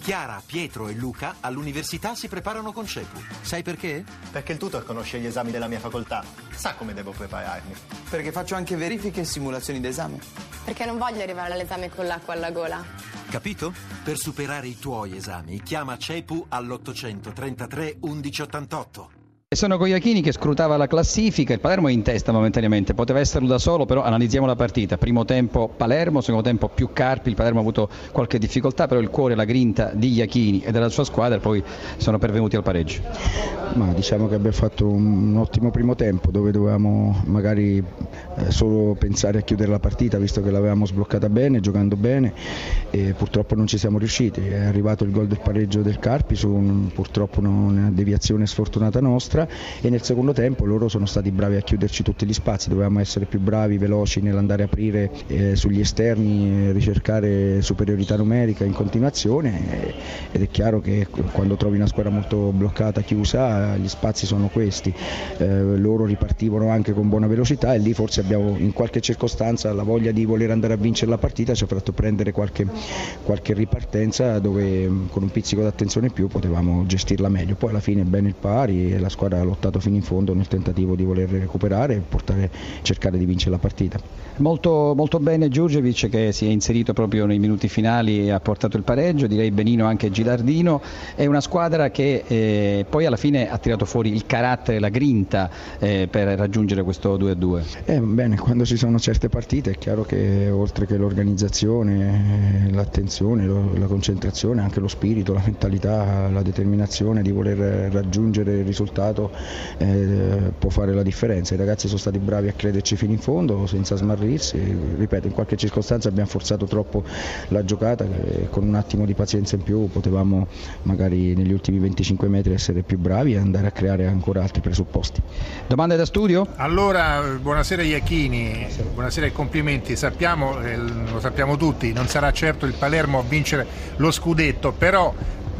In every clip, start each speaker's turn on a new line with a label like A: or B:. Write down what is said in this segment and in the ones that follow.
A: Chiara, Pietro e Luca all'università si preparano con CEPU. Sai perché?
B: Perché il tutor conosce gli esami della mia facoltà. Sa come devo prepararmi.
C: Perché faccio anche verifiche e simulazioni d'esame.
D: Perché non voglio arrivare all'esame con l'acqua alla gola.
A: Capito? Per superare i tuoi esami, chiama CEPU all'800 33 11 88.
E: Sono Goiachini che scrutava la classifica, il Palermo è in testa momentaneamente, poteva esserlo da solo, però analizziamo la partita. Primo tempo Palermo, secondo tempo più Carpi, il Palermo ha avuto qualche difficoltà, però il cuore e la grinta di Iachini e della sua squadra poi sono pervenuti al pareggio.
F: Ma diciamo che abbiamo fatto un ottimo primo tempo dove dovevamo magari solo pensare a chiudere la partita, visto che l'avevamo sbloccata bene, giocando bene, e purtroppo non ci siamo riusciti. È arrivato il gol del pareggio del Carpi su purtroppo una deviazione sfortunata nostra, e nel secondo tempo loro sono stati bravi a chiuderci tutti gli spazi. Dovevamo essere più bravi, veloci nell'andare a aprire sugli esterni, ricercare superiorità numerica in continuazione, ed è chiaro che quando trovi una squadra molto bloccata, chiusa, gli spazi sono questi. Loro ripartivano anche con buona velocità, e lì forse abbiamo in qualche circostanza la voglia di voler andare a vincere la partita ci ha fatto prendere qualche ripartenza dove con un pizzico d'attenzione in più potevamo gestirla meglio. Poi alla fine bene il pari e la squadra ha lottato fino in fondo nel tentativo di voler recuperare e cercare di vincere la partita.
E: Molto, molto bene Djurdjevic, che si è inserito proprio nei minuti finali e ha portato il pareggio, direi benino anche Gilardino. È una squadra che poi alla fine ha tirato fuori il carattere, la grinta per raggiungere questo 2-2.
F: Bene, quando ci sono certe partite è chiaro che oltre che l'organizzazione, l'attenzione, la concentrazione, anche lo spirito, la mentalità, la determinazione di voler raggiungere il risultato può fare la differenza. I ragazzi sono stati bravi a crederci fino in fondo senza smarrirsi. Ripeto, in qualche circostanza abbiamo forzato troppo la giocata, che con un attimo di pazienza in più potevamo magari negli ultimi 25 metri essere più bravi e andare a creare ancora altri presupposti.
E: Domande da studio?
G: Allora, buonasera Iachini, buonasera e complimenti. Sappiamo, lo sappiamo tutti, non sarà certo il Palermo a vincere lo scudetto, però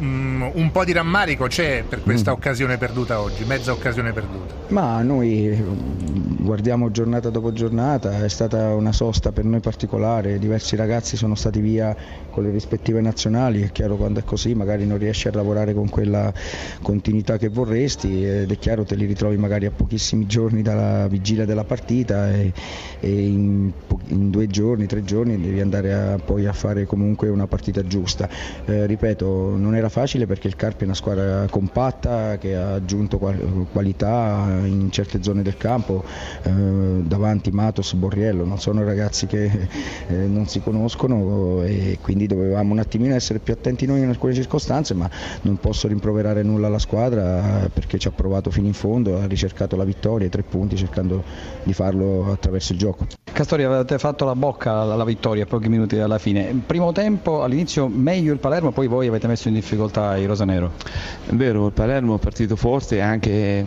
G: un po' di rammarico c'è per questa occasione perduta oggi, mezza occasione perduta.
F: Ma noi guardiamo giornata dopo giornata, è stata una sosta per noi particolare, diversi ragazzi sono stati via con le rispettive nazionali. È chiaro, quando è così magari non riesci a lavorare con quella continuità che vorresti, ed è chiaro te li ritrovi magari a pochissimi giorni dalla vigilia della partita, e in 2 giorni, 3 giorni devi andare poi a fare comunque una partita giusta. Ripeto, non era facile perché il Carpi è una squadra compatta che ha aggiunto qualità in certe zone del campo, davanti Matos, Borriello, non sono ragazzi che non si conoscono, e quindi dovevamo un attimino essere più attenti noi in alcune circostanze, ma non posso rimproverare nulla alla squadra perché ci ha provato fino in fondo, ha ricercato la vittoria, i 3 punti, cercando di farlo attraverso il gioco.
E: Castori, avete fatto la bocca alla vittoria a pochi minuti dalla fine. Primo tempo all'inizio meglio il Palermo, poi voi avete messo in difficoltà i rosanero.
H: È vero, il Palermo è partito forte, anche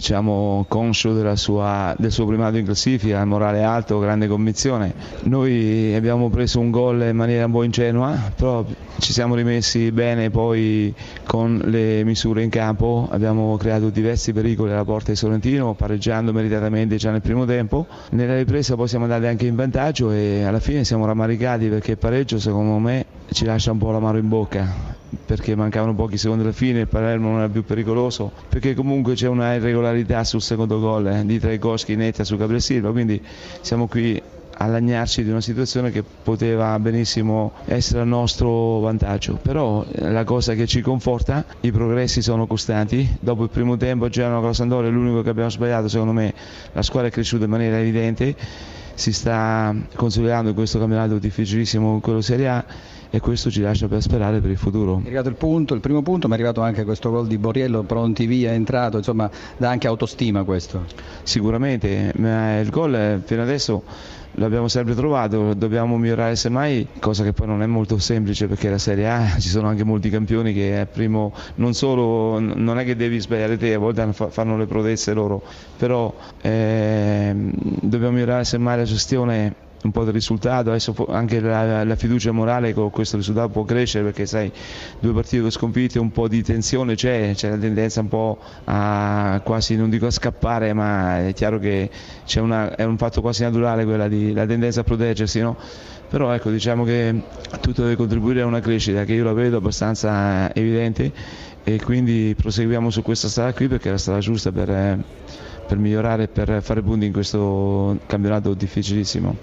H: conscio del suo primato in classifica, morale alto, grande convinzione. Noi abbiamo preso un gol in maniera un po' ingenua, però ci siamo rimessi bene poi con le misure in campo, abbiamo creato diversi pericoli alla porta di Sorrentino, pareggiando meritatamente già nel primo tempo. Nella ripresa poi siamo andati anche in vantaggio e alla fine siamo rammaricati perché il pareggio secondo me ci lascia un po' l'amaro in bocca, perché mancavano pochi secondi alla fine, il Palermo non era più pericoloso, perché comunque c'è una irregolarità sul secondo gol di Trajkovskij netta su Gabriel Silva, quindi siamo qui a lagnarci di una situazione che poteva benissimo essere a nostro vantaggio. Però la cosa che ci conforta, i progressi sono costanti. Dopo il primo tempo Genova con Sampdoria è l'unico che abbiamo sbagliato, secondo me la squadra è cresciuta in maniera evidente, si sta consolidando in questo campionato difficilissimo, quello Serie A, e questo ci lascia per sperare per il futuro.
E: È arrivato il primo punto, ma è arrivato anche questo gol di Borriello, pronti via, è entrato, insomma dà anche autostima questo.
H: Sicuramente, ma il gol fino adesso l'abbiamo sempre trovato, dobbiamo migliorare semmai, cosa che poi non è molto semplice perché la Serie A ci sono anche molti campioni che primo non è che devi sbagliare te, a volte fanno le prodezze loro, però dobbiamo migliorare semmai la gestione un po' del risultato, adesso anche la fiducia morale con questo risultato può crescere, perché sai, 2 partite sconfitte, un po' di tensione c'è la tendenza un po' a quasi, non dico a scappare, ma è chiaro che è un fatto quasi naturale quella di la tendenza a proteggersi, no? Però ecco, diciamo che tutto deve contribuire a una crescita che io la vedo abbastanza evidente, e quindi proseguiamo su questa strada qui, perché è la strada giusta per migliorare e per fare punti in questo campionato difficilissimo.